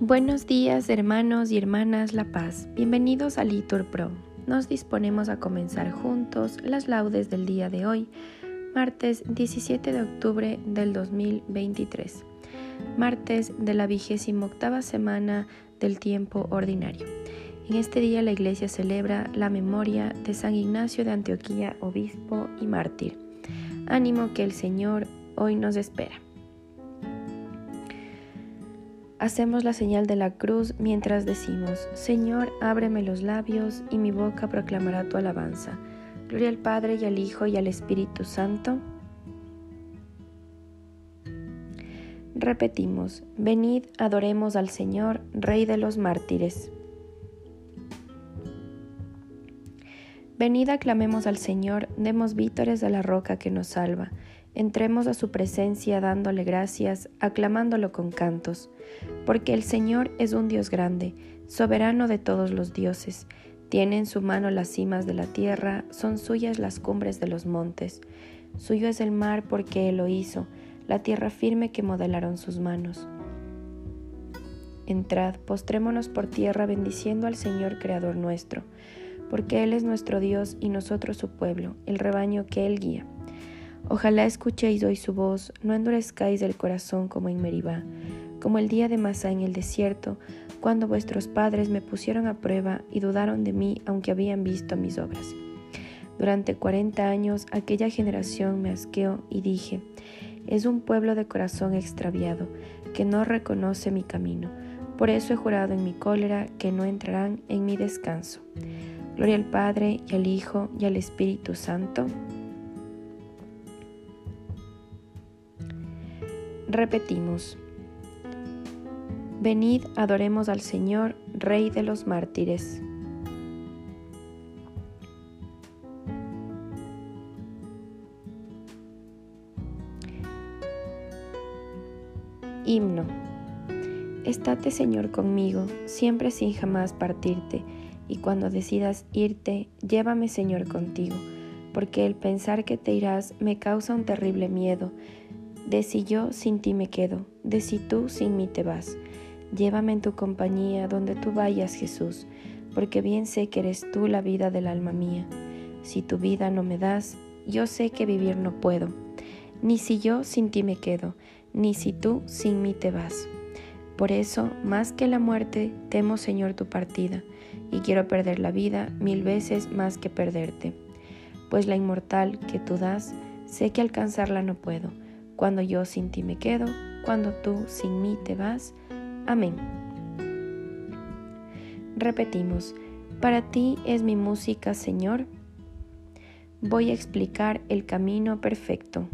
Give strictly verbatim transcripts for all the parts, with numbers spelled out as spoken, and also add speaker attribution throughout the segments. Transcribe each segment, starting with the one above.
Speaker 1: Buenos días, hermanos y hermanas La Paz. Bienvenidos a Litur Pro. Nos disponemos a comenzar juntos las laudes del día de hoy, martes diecisiete de octubre del dos mil veintitrés, martes de la vigésima octava semana del tiempo ordinario. En este día la Iglesia celebra la memoria de San Ignacio de Antioquía, obispo y mártir. Ánimo que el Señor hoy nos espera. Hacemos la señal de la cruz mientras decimos: Señor, ábreme los labios y mi boca proclamará tu alabanza. Gloria al Padre y al Hijo y al Espíritu Santo. Repetimos: venid, adoremos al Señor, Rey de los mártires. Venid, aclamemos al Señor, demos vítores a la roca que nos salva. Entremos a su presencia dándole gracias, aclamándolo con cantos. Porque el Señor es un Dios grande, soberano de todos los dioses. Tiene en su mano las cimas de la tierra, son suyas las cumbres de los montes. Suyo es el mar porque Él lo hizo, la tierra firme que modelaron sus manos. Entrad, postrémonos por tierra bendiciendo al Señor Creador nuestro, porque Él es nuestro Dios y nosotros su pueblo, el rebaño que Él guía. Ojalá escuchéis hoy su voz, no endurezcáis el corazón como en Meribá, como el día de Masá en el desierto, cuando vuestros padres me pusieron a prueba y dudaron de mí aunque habían visto mis obras. Durante cuarenta años aquella generación me asqueó y dije: es un pueblo de corazón extraviado, que no reconoce mi camino. Por eso he jurado en mi cólera que no entrarán en mi descanso. Gloria al Padre, y al Hijo, y al Espíritu Santo. Repetimos: venid, adoremos al Señor, Rey de los mártires. Himno. Estate, Señor, conmigo, siempre sin jamás partirte, y cuando decidas irte, llévame, Señor, contigo, porque el pensar que te irás me causa un terrible miedo, de si yo sin ti me quedo, de si tú sin mí te vas. Llévame en tu compañía donde tú vayas, Jesús, porque bien sé que eres tú la vida del alma mía. Si tu vida no me das, yo sé que vivir no puedo, ni si yo sin ti me quedo, ni si tú sin mí te vas. Por eso, más que la muerte, temo, Señor, tu partida, y quiero perder la vida mil veces más que perderte. Pues la inmortal que tú das, sé que alcanzarla no puedo, cuando yo sin ti me quedo, cuando tú sin mí te vas. Amén. Repetimos: para ti es mi música, Señor. Voy a explicar el camino perfecto.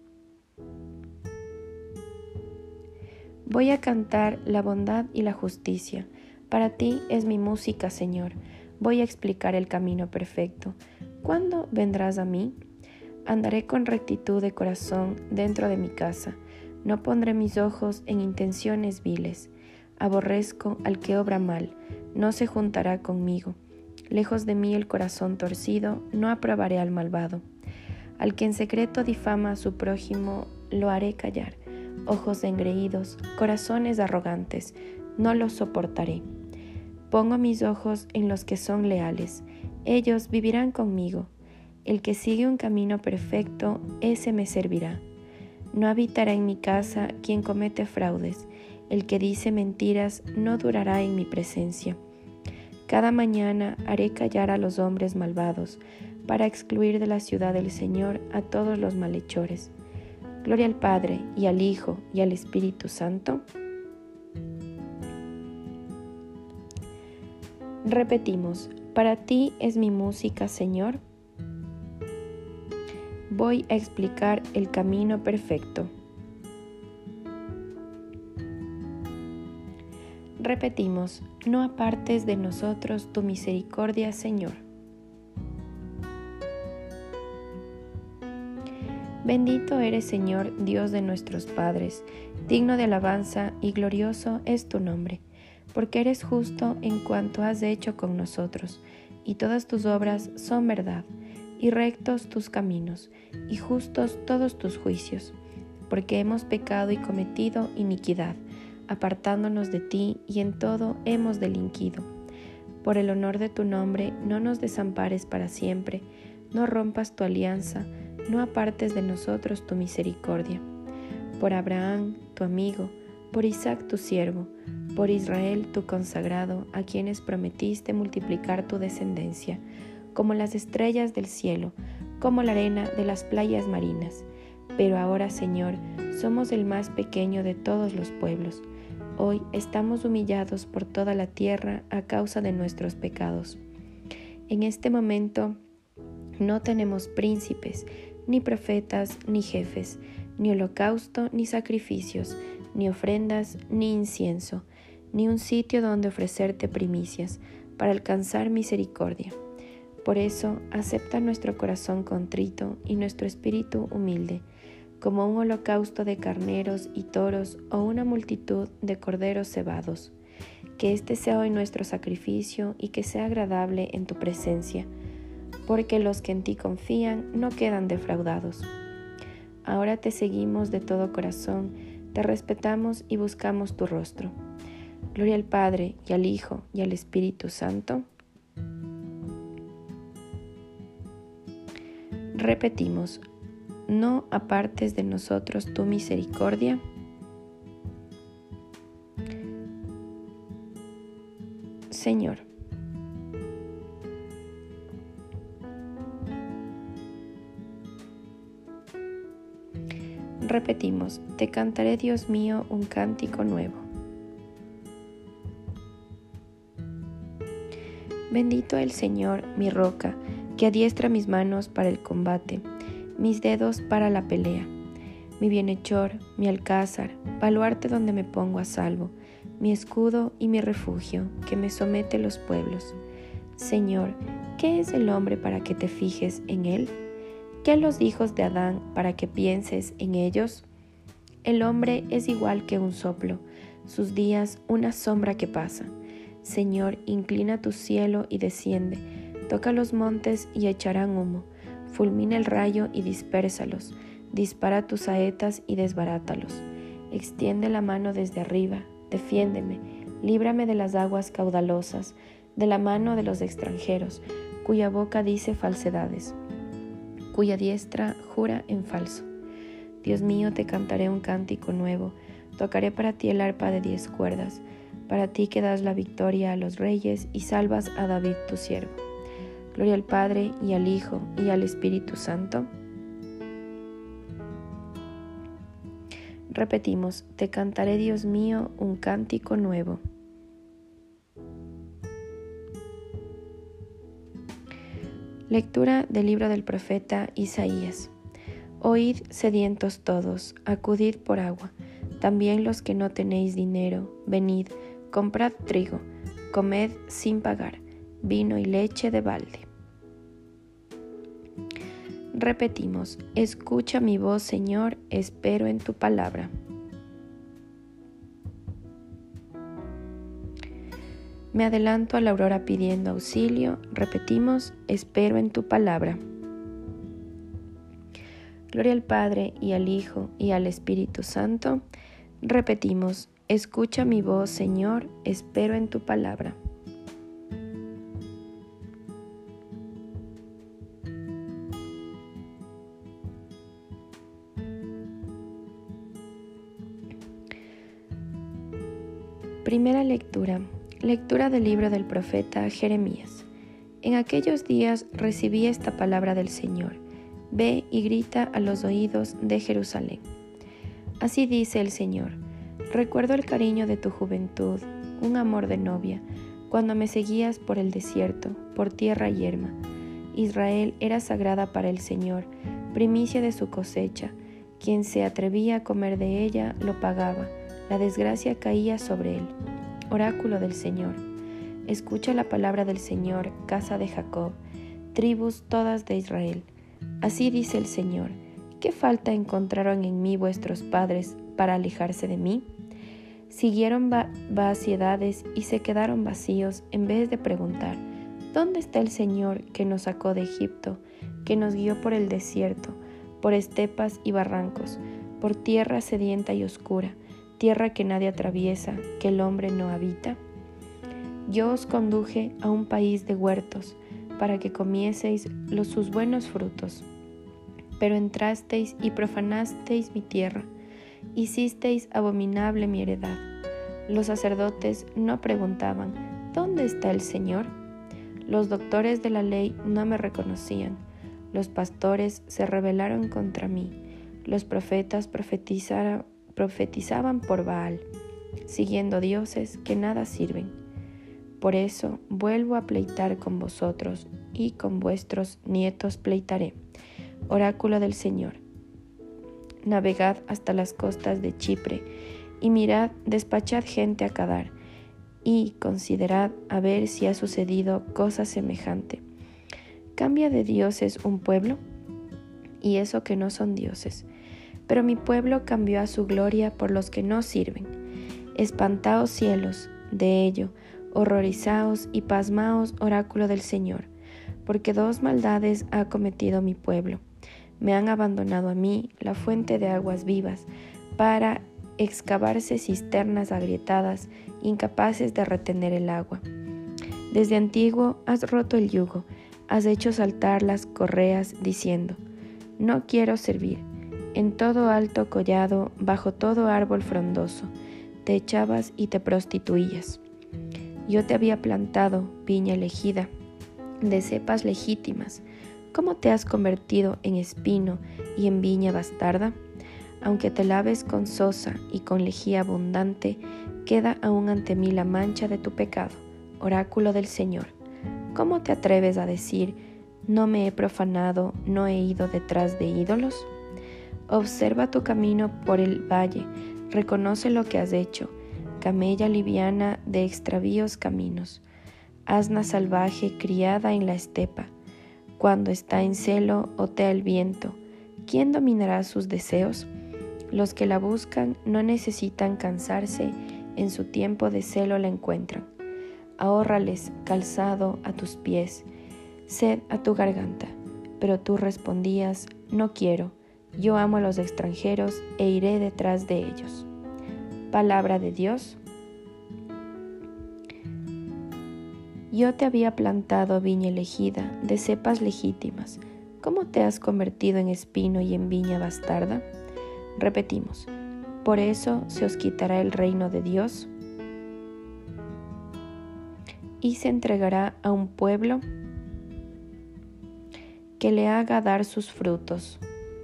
Speaker 1: Voy a cantar la bondad y la justicia. Para ti es mi música, Señor. Voy a explicar el camino perfecto. ¿Cuándo vendrás a mí? Andaré con rectitud de corazón dentro de mi casa. No pondré mis ojos en intenciones viles. Aborrezco al que obra mal, no se juntará conmigo. Lejos de mí el corazón torcido, no aprobaré al malvado. Al que en secreto difama a su prójimo, lo haré callar. Ojos engreídos, corazones arrogantes, no los soportaré. Pongo mis ojos en los que son leales, ellos vivirán conmigo. El que sigue un camino perfecto, ese me servirá. No habitará en mi casa quien comete fraudes, el que dice mentiras no durará en mi presencia. Cada mañana haré callar a los hombres malvados, para excluir de la ciudad del Señor a todos los malhechores. Gloria al Padre, y al Hijo, y al Espíritu Santo. Repetimos: para ti es mi música, Señor. Voy a explicar el camino perfecto. Repetimos: no apartes de nosotros tu misericordia, Señor. Bendito eres, Señor, Dios de nuestros padres, digno de alabanza y glorioso es tu nombre, porque eres justo en cuanto has hecho con nosotros, y todas tus obras son verdad, y rectos tus caminos, y justos todos tus juicios, porque hemos pecado y cometido iniquidad. apartándonos de ti y en todo hemos delinquido. Por el honor de tu nombre, no nos desampares para siempre, no rompas tu alianza, no apartes de nosotros tu misericordia. Por Abraham, tu amigo, por Isaac tu siervo, por Israel tu consagrado, a quienes prometiste multiplicar tu descendencia, como las estrellas del cielo, como la arena de las playas marinas. Pero ahora, Señor, somos el más pequeño de todos los pueblos. Hoy estamos humillados por toda la tierra a causa de nuestros pecados. En este momento no tenemos príncipes, ni profetas, ni jefes, ni holocausto, ni sacrificios, ni ofrendas, ni incienso, ni un sitio donde ofrecerte primicias, para alcanzar misericordia. Por eso, acepta nuestro corazón contrito y nuestro espíritu humilde, como un holocausto de carneros y toros o una multitud de corderos cebados. Que este sea hoy nuestro sacrificio y que sea agradable en tu presencia, porque los que en ti confían no quedan defraudados. Ahora te seguimos de todo corazón, te respetamos y buscamos tu rostro. Gloria al Padre, y al Hijo, y al Espíritu Santo. Repetimos, no apartes de nosotros tu misericordia. Señor. Repetimos, te cantaré, Dios mío, un cántico nuevo. Bendito el Señor, mi roca, que adiestra mis manos para el combate, mis dedos para la pelea, mi bienhechor, mi alcázar, baluarte donde me pongo a salvo, mi escudo y mi refugio, que me somete los pueblos. Señor, ¿qué es el hombre para que te fijes en él? ¿Qué los hijos de Adán para que pienses en ellos? El hombre es igual que un soplo, sus días una sombra que pasa. Señor, inclina tu cielo y desciende, toca los montes y echarán humo, fulmina el rayo y dispérsalos, dispara tus saetas y desbarátalos. Extiende la mano desde arriba, defiéndeme, líbrame de las aguas caudalosas, de la mano de los extranjeros, cuya boca dice falsedades, cuya diestra jura en falso. Dios mío, te cantaré un cántico nuevo, tocaré para ti el arpa de diez cuerdas, para ti que das la victoria a los reyes y salvas a David tu siervo. Gloria al Padre, y al Hijo, y al Espíritu Santo. Repetimos, te cantaré, Dios mío, un cántico nuevo. Lectura del libro del profeta Isaías. Oíd, sedientos todos, acudid por agua, también los que no tenéis dinero, venid, comprad trigo, comed sin pagar, vino y leche de balde. Repetimos, escucha mi voz, Señor, espero en tu palabra. Me adelanto a la aurora pidiendo auxilio, repetimos, espero en tu palabra. Gloria al Padre, y al Hijo, y al Espíritu Santo. Repetimos, escucha mi voz, Señor, espero en tu palabra. Primera lectura. Lectura del libro del profeta Jeremías. En aquellos días recibí esta palabra del Señor. Ve y grita a los oídos de Jerusalén. Así dice el Señor: recuerdo el cariño de tu juventud, un amor de novia, cuando me seguías por el desierto, por tierra yerma. Israel era sagrada para el Señor, primicia de su cosecha. Quien se atrevía a comer de ella lo pagaba, la desgracia caía sobre él. Oráculo del Señor. Escucha la palabra del Señor, casa de Jacob, tribus todas de Israel. Así dice el Señor: ¿qué falta encontraron en mí vuestros padres para alejarse de mí? Siguieron va- vaciedades y se quedaron vacíos en vez de preguntar: ¿dónde está el Señor que nos sacó de Egipto, que nos guió por el desierto, por estepas y barrancos, por tierra sedienta y oscura, tierra que nadie atraviesa, que el hombre no habita? Yo os conduje a un país de huertos, para que comieseis los sus buenos frutos. Pero entrasteis y profanasteis mi tierra, hicisteis abominable mi heredad. Los sacerdotes no preguntaban, ¿dónde está el Señor? Los doctores de la ley no me reconocían. Los pastores se rebelaron contra mí. Los profetas profetizaban por Baal, siguiendo dioses que nada sirven. Por eso vuelvo a pleitar con vosotros, y con vuestros nietos pleitaré. Oráculo del Señor. Navegad hasta las costas de Chipre, y mirad, despachad gente a Cadar, y considerad a ver si ha sucedido cosa semejante. ¿Cambia de dioses un pueblo? Y eso que no son dioses. Pero mi pueblo cambió a su gloria por los que no sirven. Espantaos cielos de ello, horrorizaos y pasmaos, oráculo del Señor, porque dos maldades ha cometido mi pueblo. Me han abandonado a mí, la fuente de aguas vivas, para excavarse cisternas agrietadas, incapaces de retener el agua. Desde antiguo has roto el yugo, has hecho saltar las correas, diciendo, no quiero servir. En todo alto collado, bajo todo árbol frondoso, te echabas y te prostituías. Yo te había plantado, viña elegida, de cepas legítimas. ¿Cómo te has convertido en espino y en viña bastarda? Aunque te laves con sosa y con lejía abundante, queda aún ante mí la mancha de tu pecado, oráculo del Señor. ¿Cómo te atreves a decir, no me he profanado, no he ido detrás de ídolos? Observa tu camino por el valle, reconoce lo que has hecho, camella liviana de extravíos caminos, asna salvaje criada en la estepa. Cuando está en celo, otea el viento. ¿Quién dominará sus deseos? Los que la buscan no necesitan cansarse, en su tiempo de celo la encuentran. Ahórrales calzado a tus pies, sed a tu garganta. Pero tú respondías, no quiero, yo amo a los extranjeros e iré detrás de ellos. Palabra de Dios. Yo te había plantado viña elegida, de cepas legítimas. ¿Cómo te has convertido en espino y en viña bastarda? Repetimos, por eso se os quitará el reino de Dios y se entregará a un pueblo que le haga dar sus frutos.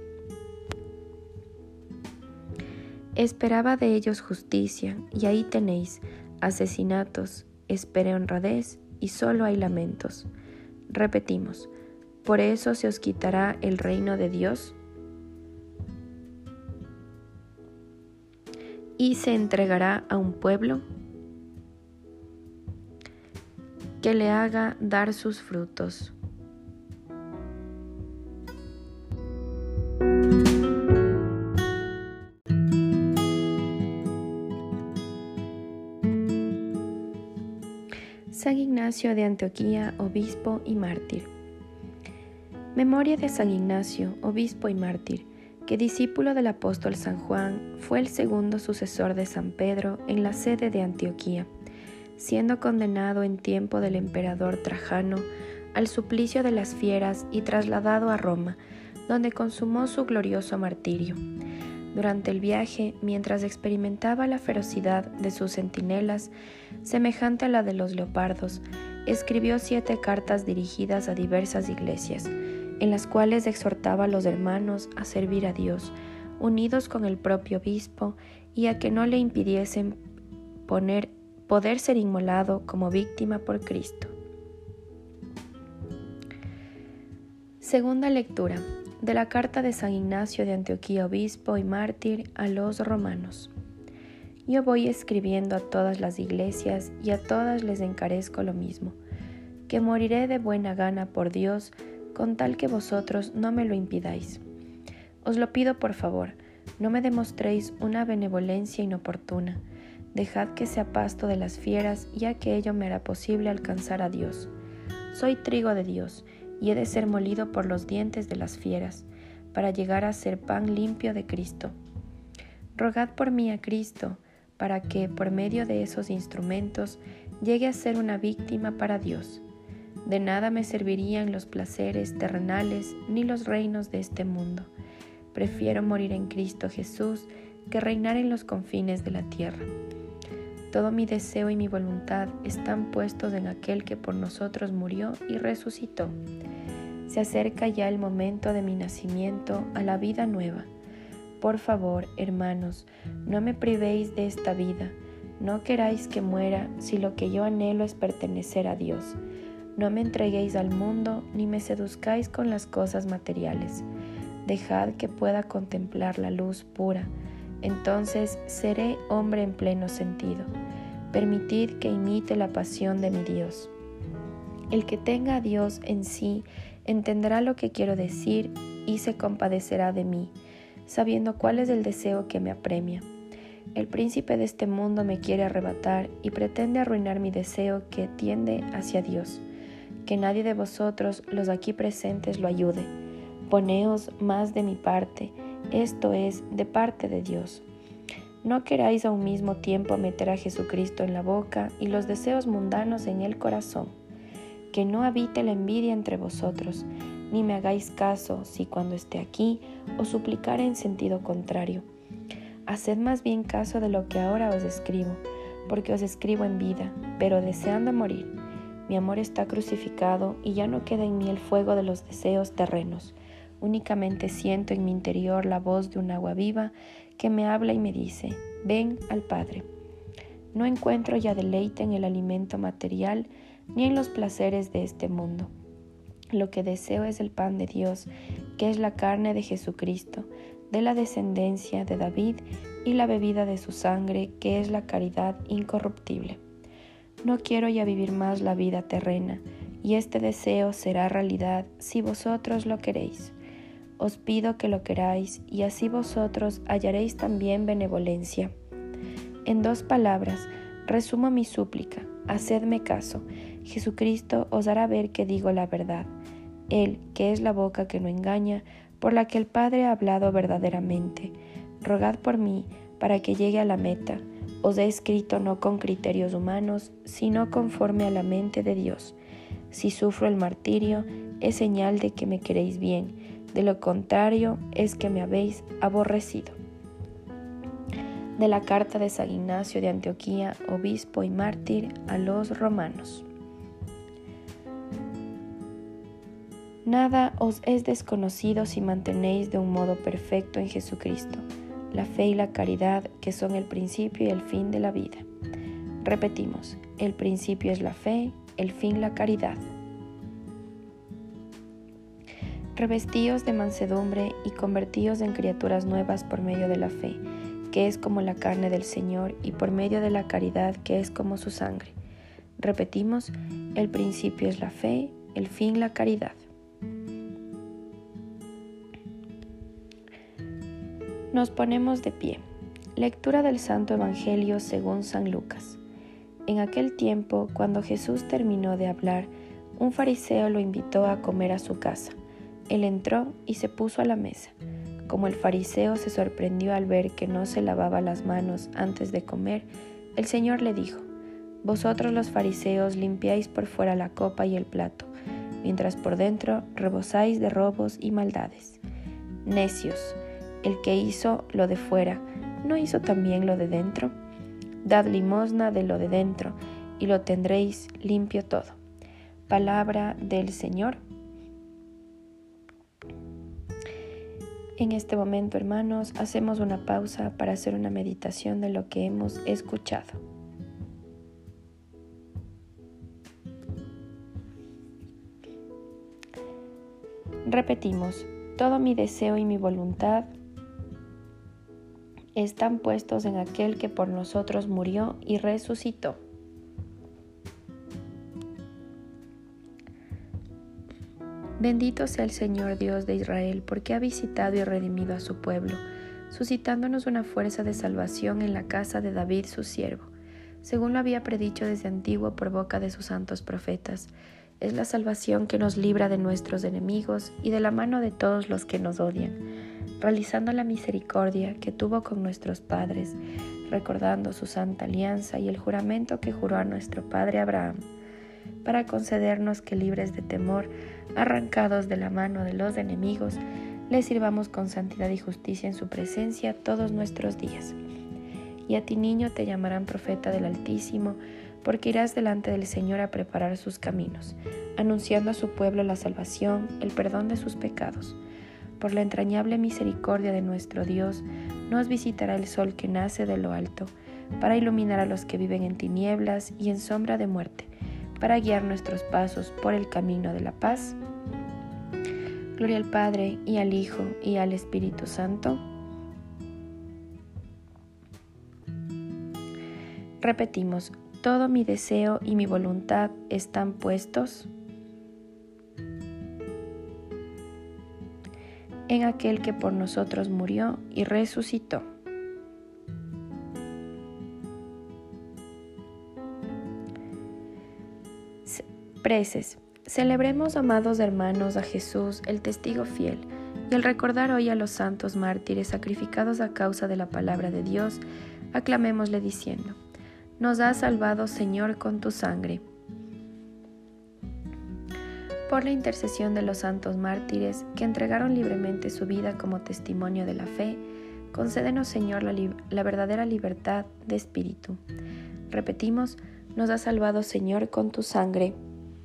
Speaker 1: Esperaba de ellos justicia, y ahí tenéis asesinatos, esperé honradez, y solo hay lamentos. Repetimos, por eso se os quitará el reino de Dios y se entregará a un pueblo que le haga dar sus frutos. San Ignacio de Antioquía, obispo y mártir. Memoria de San Ignacio, obispo y mártir, que discípulo del apóstol San Juan, fue el segundo sucesor de San Pedro en la sede de Antioquía, siendo condenado en tiempo del emperador Trajano al suplicio de las fieras y trasladado a Roma, donde consumó su glorioso martirio. Durante el viaje, mientras experimentaba la ferocidad de sus centinelas, semejante a la de los leopardos, escribió siete cartas dirigidas a diversas iglesias, en las cuales exhortaba a los hermanos a servir a Dios, unidos con el propio obispo, y a que no le impidiesen poner, poder ser inmolado como víctima por Cristo. Segunda lectura de la carta de San Ignacio de Antioquía, obispo y mártir, a los romanos. Yo voy escribiendo a todas las iglesias y a todas les encarezco lo mismo, que moriré de buena gana por Dios, con tal que vosotros no me lo impidáis. Os lo pido por favor, no me demostréis una benevolencia inoportuna, dejad que sea pasto de las fieras, ya que ello me hará posible alcanzar a Dios. Soy trigo de Dios, y he de ser molido por los dientes de las fieras, para llegar a ser pan limpio de Cristo. Rogad por mí a Cristo, para que, por medio de esos instrumentos, llegue a ser una víctima para Dios. De nada me servirían los placeres terrenales ni los reinos de este mundo. Prefiero morir en Cristo Jesús que reinar en los confines de la tierra. Todo mi deseo y mi voluntad están puestos en aquel que por nosotros murió y resucitó. Se acerca ya el momento de mi nacimiento a la vida nueva. Por favor, hermanos, no me privéis de esta vida. No queráis que muera si lo que yo anhelo es pertenecer a Dios. No me entreguéis al mundo ni me seduzcáis con las cosas materiales. Dejad que pueda contemplar la luz pura. Entonces seré hombre en pleno sentido. Permitid que imite la pasión de mi Dios. El que tenga a Dios en sí entenderá lo que quiero decir y se compadecerá de mí, sabiendo cuál es el deseo que me apremia. El príncipe de este mundo me quiere arrebatar y pretende arruinar mi deseo que tiende hacia Dios. Que nadie de vosotros, los aquí presentes, lo ayude. Poneos más de mi parte, esto es, de parte de Dios. No queráis a un mismo tiempo meter a Jesucristo en la boca y los deseos mundanos en el corazón. Que no habite la envidia entre vosotros, ni me hagáis caso si cuando esté aquí os suplicare en sentido contrario. Haced más bien caso de lo que ahora os escribo, porque os escribo en vida, pero deseando morir. Mi amor está crucificado y ya no queda en mí el fuego de los deseos terrenos. Únicamente siento en mi interior la voz de un agua viva que me habla y me dice, ven al Padre. No encuentro ya deleite en el alimento material ni en los placeres de este mundo. Lo que deseo es el pan de Dios, que es la carne de Jesucristo, de la descendencia de David, y la bebida de su sangre, que es la caridad incorruptible. No quiero ya vivir más la vida terrena, y este deseo será realidad si vosotros lo queréis. Os pido que lo queráis, y así vosotros hallaréis también benevolencia. En dos palabras, resumo mi súplica, hacedme caso. Jesucristo os hará ver que digo la verdad. Él, que es la boca que no engaña, por la que el Padre ha hablado verdaderamente. Rogad por mí, para que llegue a la meta. Os he escrito no con criterios humanos, sino conforme a la mente de Dios. Si sufro el martirio, es señal de que me queréis bien. De lo contrario, es que me habéis aborrecido. De la carta de San Ignacio de Antioquía, obispo y mártir, a los romanos. Nada os es desconocido si mantenéis de un modo perfecto en Jesucristo la fe y la caridad, que son el principio y el fin de la vida. Repetimos, el principio es la fe, el fin la caridad. Revestíos de mansedumbre y convertíos en criaturas nuevas por medio de la fe, que es como la carne del Señor, y por medio de la caridad, que es como su sangre. Repetimos, el principio es la fe, el fin la caridad. Nos ponemos de pie. Lectura del Santo Evangelio según San Lucas. En aquel tiempo, cuando Jesús terminó de hablar, un fariseo lo invitó a comer a su casa. Él entró y se puso a la mesa. Como el fariseo se sorprendió al ver que no se lavaba las manos antes de comer, el Señor le dijo, vosotros los fariseos limpiáis por fuera la copa y el plato, mientras por dentro rebosáis de robos y maldades. Necios, el que hizo lo de fuera, ¿no hizo también lo de dentro? Dad limosna de lo de dentro, y lo tendréis limpio todo. Palabra del Señor. En este momento, hermanos, hacemos una pausa para hacer una meditación de lo que hemos escuchado. Repetimos, todo mi deseo y mi voluntad están puestos en aquel que por nosotros murió y resucitó. Bendito sea el Señor Dios de Israel, porque ha visitado y redimido a su pueblo, suscitándonos una fuerza de salvación en la casa de David su siervo, según lo había predicho desde antiguo por boca de sus santos profetas. Es la salvación que nos libra de nuestros enemigos y de la mano de todos los que nos odian, realizando la misericordia que tuvo con nuestros padres, recordando su santa alianza y el juramento que juró a nuestro padre Abraham, para concedernos que, libres de temor, arrancados de la mano de los enemigos, le sirvamos con santidad y justicia en su presencia todos nuestros días. Y a ti, niño, te llamarán profeta del Altísimo, porque irás delante del Señor a preparar sus caminos, anunciando a su pueblo la salvación, el perdón de sus pecados. Por la entrañable misericordia de nuestro Dios, nos visitará el sol que nace de lo alto, para iluminar a los que viven en tinieblas y en sombra de muerte, para guiar nuestros pasos por el camino de la paz. Gloria al Padre, y al Hijo, y al Espíritu Santo. Repetimos: todo mi deseo y mi voluntad están puestos en aquel que por nosotros murió y resucitó. Preces. Celebremos, amados hermanos, a Jesús, el testigo fiel, y al recordar hoy a los santos mártires sacrificados a causa de la palabra de Dios, aclamémosle diciendo: nos has salvado, Señor, con tu sangre. Por la intercesión de los santos mártires que entregaron libremente su vida como testimonio de la fe, concédenos, Señor, la, li- la verdadera libertad de espíritu. Repetimos: nos has salvado, Señor, con tu sangre.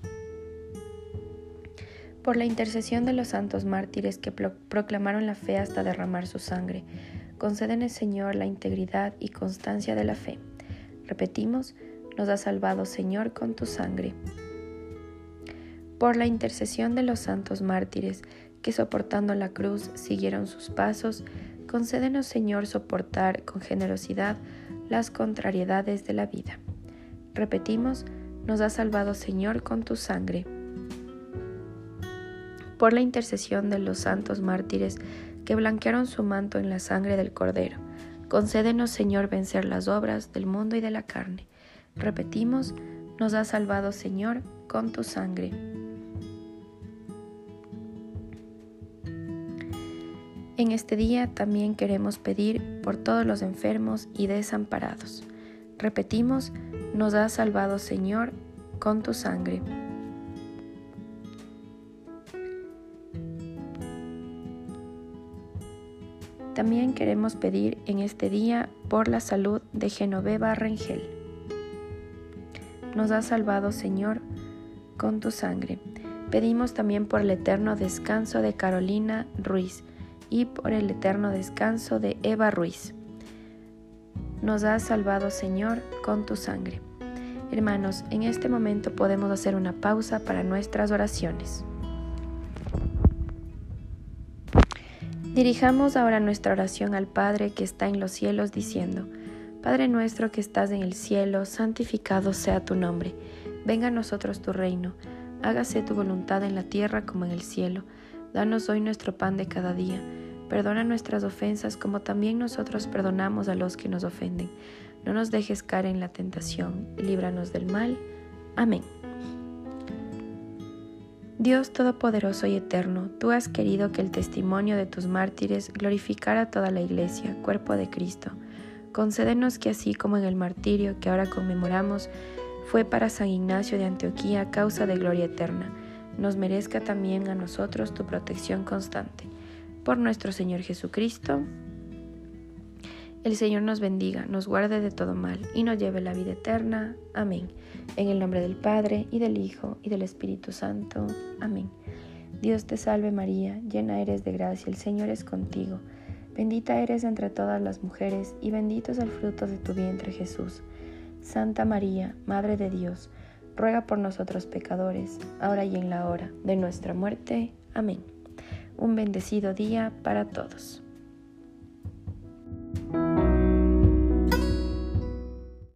Speaker 1: Por la intercesión de los santos mártires que pro- proclamaron la fe hasta derramar su sangre, concédenos, Señor, la integridad y constancia de la fe. Repetimos: nos has salvado, Señor, con tu sangre. Por la intercesión de los santos mártires que, soportando la cruz, siguieron sus pasos, concédenos, Señor, soportar con generosidad las contrariedades de la vida. Repetimos: nos has salvado, Señor, con tu sangre. Por la intercesión de los santos mártires que blanquearon su manto en la sangre del Cordero, concédenos, Señor, vencer las obras del mundo y de la carne. Repetimos: nos has salvado, Señor, con tu sangre. En este día también queremos pedir por todos los enfermos y desamparados. Repetimos: nos has salvado, Señor, con tu sangre. También queremos pedir en este día por la salud de Genoveva Rengel. Nos has salvado, Señor, con tu sangre. Pedimos también por el eterno descanso de Carolina Ruiz y por el eterno descanso de Eva Ruiz. Nos has salvado, Señor, con tu sangre. Hermanos, en este momento podemos hacer una pausa para nuestras oraciones. Dirijamos ahora nuestra oración al Padre que está en los cielos, diciendo: Padre nuestro que estás en el cielo, santificado sea tu nombre. Venga a nosotros tu reino. Hágase tu voluntad en la tierra como en el cielo. Danos hoy nuestro pan de cada día. Perdona nuestras ofensas como también nosotros perdonamos a los que nos ofenden. No nos dejes caer en la tentación. Líbranos del mal. Amén. Dios Todopoderoso y Eterno, tú has querido que el testimonio de tus mártires glorificara a toda la Iglesia, cuerpo de Cristo. Concédenos que así como en el martirio que ahora conmemoramos fue para San Ignacio de Antioquía causa de gloria eterna, nos merezca también a nosotros tu protección constante. Por nuestro Señor Jesucristo. El Señor nos bendiga, nos guarde de todo mal y nos lleve a la vida eterna. Amén. En el nombre del Padre, y del Hijo, y del Espíritu Santo. Amén. Dios te salve María, llena eres de gracia, el Señor es contigo. Bendita eres entre todas las mujeres, y bendito es el fruto de tu vientre Jesús. Santa María, Madre de Dios, ruega por nosotros pecadores, ahora y en la hora de nuestra muerte. Amén. Un bendecido día para todos.